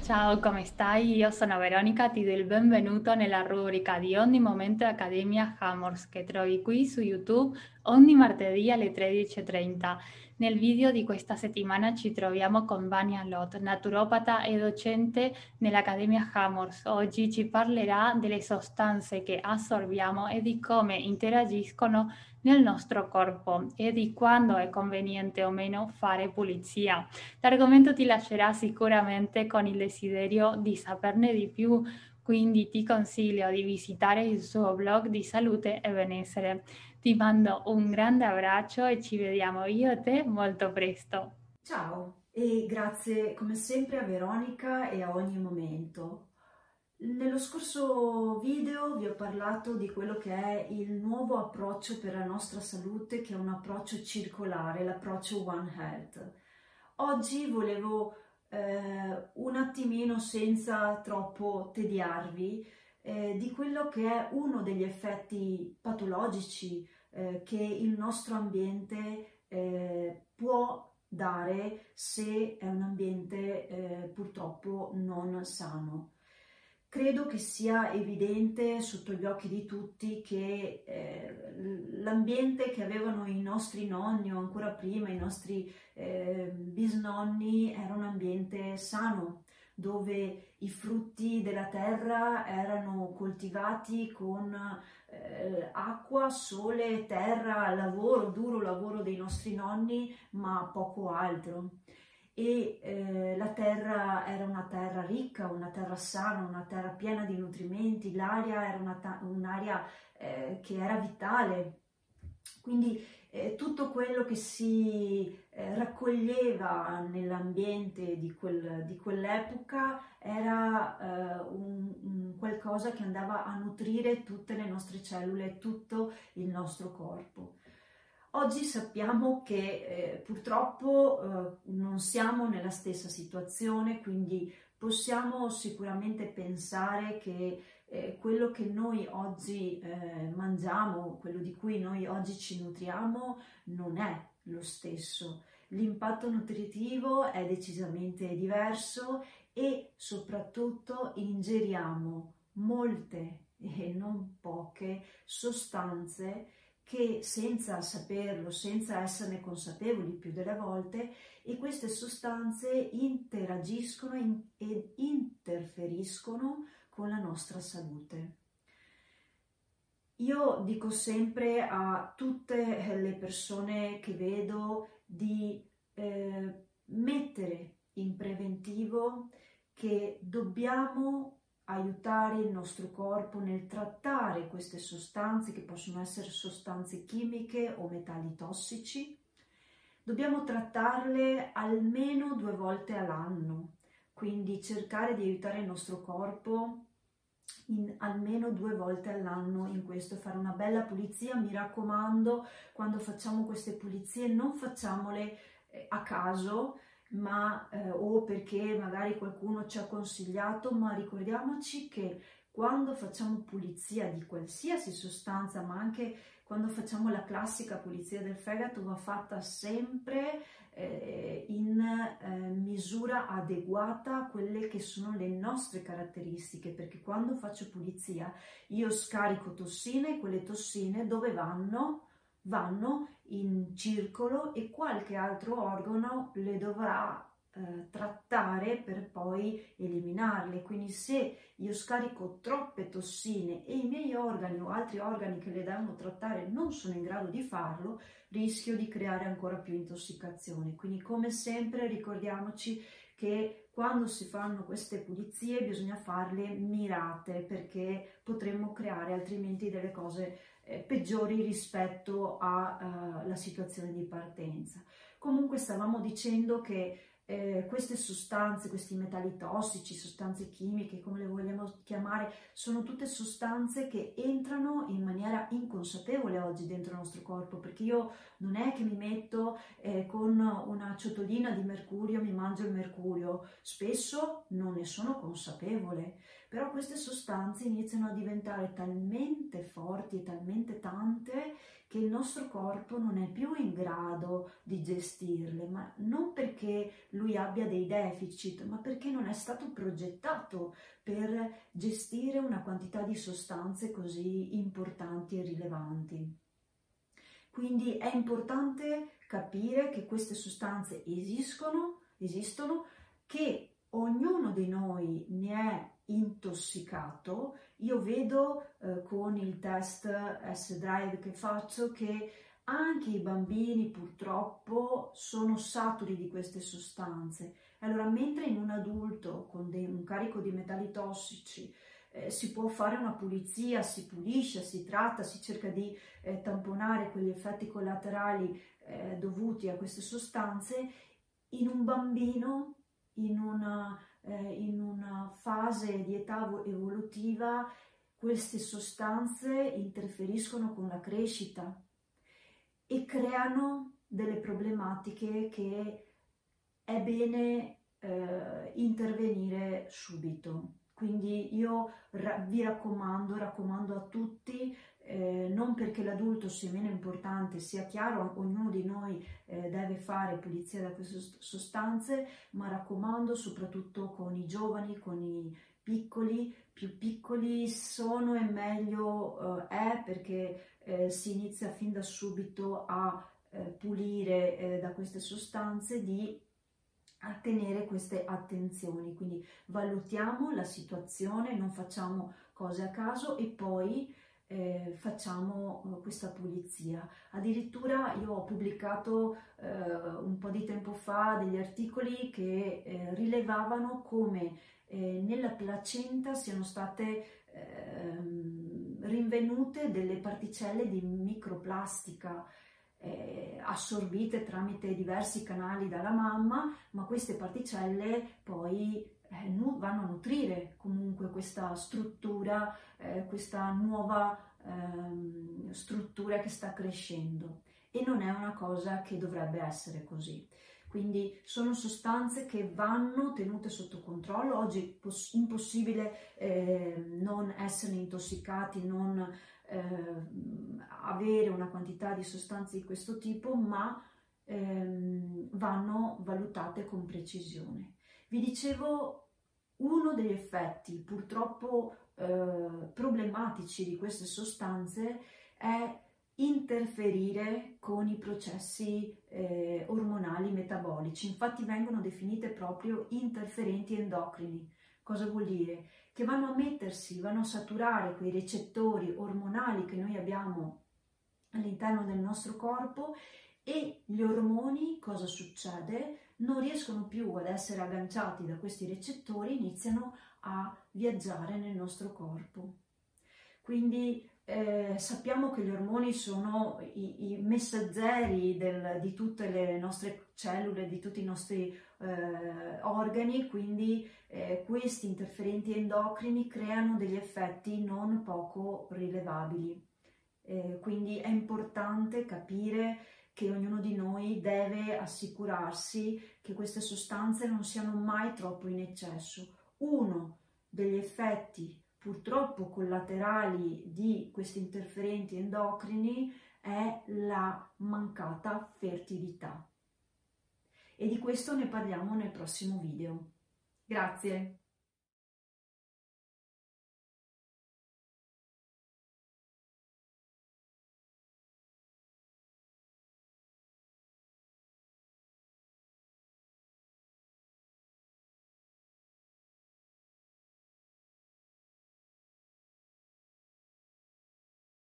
Ciao, come stai? Io sono Veronica, ti do il benvenuto nella rubrica di ogni momento Accademia Hammers che trovi qui su YouTube ogni martedì alle 13:30. Nel video di questa settimana ci troviamo con Vania Lot, naturopata e docente nell'Accademia Hammers. Oggi ci parlerà delle sostanze che assorbiamo e di come interagiscono nel nostro corpo e di quando è conveniente o meno fare pulizia. L'argomento ti lascerà sicuramente con il desiderio di saperne di più, quindi ti consiglio di visitare il suo blog di salute e benessere. Ti mando un grande abbraccio e ci vediamo io e te molto presto. Ciao e grazie come sempre a Veronica e a ogni momento. Nello scorso video vi ho parlato di quello che è il nuovo approccio per la nostra salute, che è un approccio circolare, l'approccio One Health. Oggi volevo un attimino, senza troppo tediarvi, di quello che è uno degli effetti patologici che il nostro ambiente può dare se è un ambiente purtroppo non sano. Credo che sia evidente sotto gli occhi di tutti che l'ambiente che avevano i nostri nonni o ancora prima i nostri bisnonni era un ambiente sano, dove i frutti della terra erano coltivati con acqua, sole, terra, lavoro, duro lavoro dei nostri nonni, ma poco altro. E la terra era una terra ricca, una terra sana, una terra piena di nutrimenti, l'aria era un'aria che era vitale. Quindi tutto quello che si raccoglieva nell'ambiente di quell'epoca era un qualcosa che andava a nutrire tutte le nostre cellule, tutto il nostro corpo. Oggi sappiamo che purtroppo non siamo nella stessa situazione, quindi possiamo sicuramente pensare che quello che noi oggi mangiamo, quello di cui noi oggi ci nutriamo, non è lo stesso. L'impatto nutritivo è decisamente diverso e soprattutto ingeriamo molte e non poche sostanze che, senza saperlo, senza esserne consapevoli più delle volte, e queste sostanze interagiscono ed interferiscono con la nostra salute. Io dico sempre a tutte le persone che vedo di mettere in preventivo che dobbiamo aiutare il nostro corpo nel trattare queste sostanze, che possono essere sostanze chimiche o metalli tossici. Dobbiamo trattarle almeno 2 volte all'anno, quindi cercare di aiutare il nostro corpo almeno 2 volte all'anno in questo, fare una bella pulizia. Mi raccomando, quando facciamo queste pulizie non facciamole a caso, ma o perché magari qualcuno ci ha consigliato, ma ricordiamoci che quando facciamo pulizia di qualsiasi sostanza, ma anche quando facciamo la classica pulizia del fegato, va fatta sempre in misura adeguata a quelle che sono le nostre caratteristiche, perché quando faccio pulizia io scarico tossine, e quelle tossine dove vanno? Vanno in circolo, e qualche altro organo le dovrà trattare per poi eliminarle. Quindi se io scarico troppe tossine e i miei organi o altri organi che le devono trattare non sono in grado di farlo, rischio di creare ancora più intossicazione. Quindi, come sempre, ricordiamoci che quando si fanno queste pulizie bisogna farle mirate, perché potremmo creare altrimenti delle cose peggiori rispetto alla situazione di partenza. Comunque, stavamo dicendo che queste sostanze, questi metalli tossici, sostanze chimiche, come le vogliamo chiamare, sono tutte sostanze che entrano in maniera inconsapevole oggi dentro il nostro corpo, perché io non è che mi metto con una ciotolina di mercurio, mi mangio il mercurio, spesso non ne sono consapevole, però queste sostanze iniziano a diventare talmente forti e talmente tante che il nostro corpo non è più in grado di gestirle, ma non perché lui abbia dei deficit, ma perché non è stato progettato per gestire una quantità di sostanze così importanti e rilevanti. Quindi è importante capire che queste sostanze esistono, che ognuno di noi ne è intossicato. Io vedo con il test S-Drive che faccio che anche i bambini purtroppo sono saturi di queste sostanze. Allora, mentre in un adulto con un carico di metalli tossici si può fare una pulizia, si pulisce, si tratta, si cerca di tamponare quegli effetti collaterali dovuti a queste sostanze, in un bambino, in una fase di età evolutiva, queste sostanze interferiscono con la crescita e creano delle problematiche che è bene intervenire subito. Quindi io vi raccomando a tutti, non perché l'adulto sia meno importante, sia chiaro, ognuno di noi deve fare pulizia da queste sostanze, ma raccomando soprattutto con i giovani, con i piccoli, più piccoli sono e meglio è, perché si inizia fin da subito a pulire da queste sostanze, a tenere queste attenzioni. Quindi valutiamo la situazione, non facciamo cose a caso e poi facciamo questa pulizia. Addirittura io ho pubblicato un po' di tempo fa degli articoli che rilevavano come nella placenta siano state rinvenute delle particelle di microplastica assorbite tramite diversi canali dalla mamma, ma queste particelle poi vanno a nutrire comunque questa struttura, questa nuova struttura che sta crescendo, e non è una cosa che dovrebbe essere così. Quindi sono sostanze che vanno tenute sotto controllo. Oggi è impossibile non essere intossicati, non avere una quantità di sostanze di questo tipo, ma vanno valutate con precisione. Vi dicevo, uno degli effetti purtroppo problematici di queste sostanze è interferire con i processi ormonali metabolici. Infatti vengono definite proprio interferenti endocrini. Cosa vuol dire? Che vanno a mettersi, vanno a saturare quei recettori ormonali che noi abbiamo all'interno del nostro corpo, e gli ormoni, cosa succede? Non riescono più ad essere agganciati da questi recettori, iniziano a viaggiare nel nostro corpo. Quindi sappiamo che gli ormoni sono i messaggeri di tutte le nostre cellule, di tutti i nostri organi, quindi questi interferenti endocrini creano degli effetti non poco rilevabili. Quindi è importante capire che ognuno di noi deve assicurarsi che queste sostanze non siano mai troppo in eccesso. Uno degli effetti purtroppo collaterali di questi interferenti endocrini è la mancata fertilità. E di questo ne parliamo nel prossimo video. Grazie!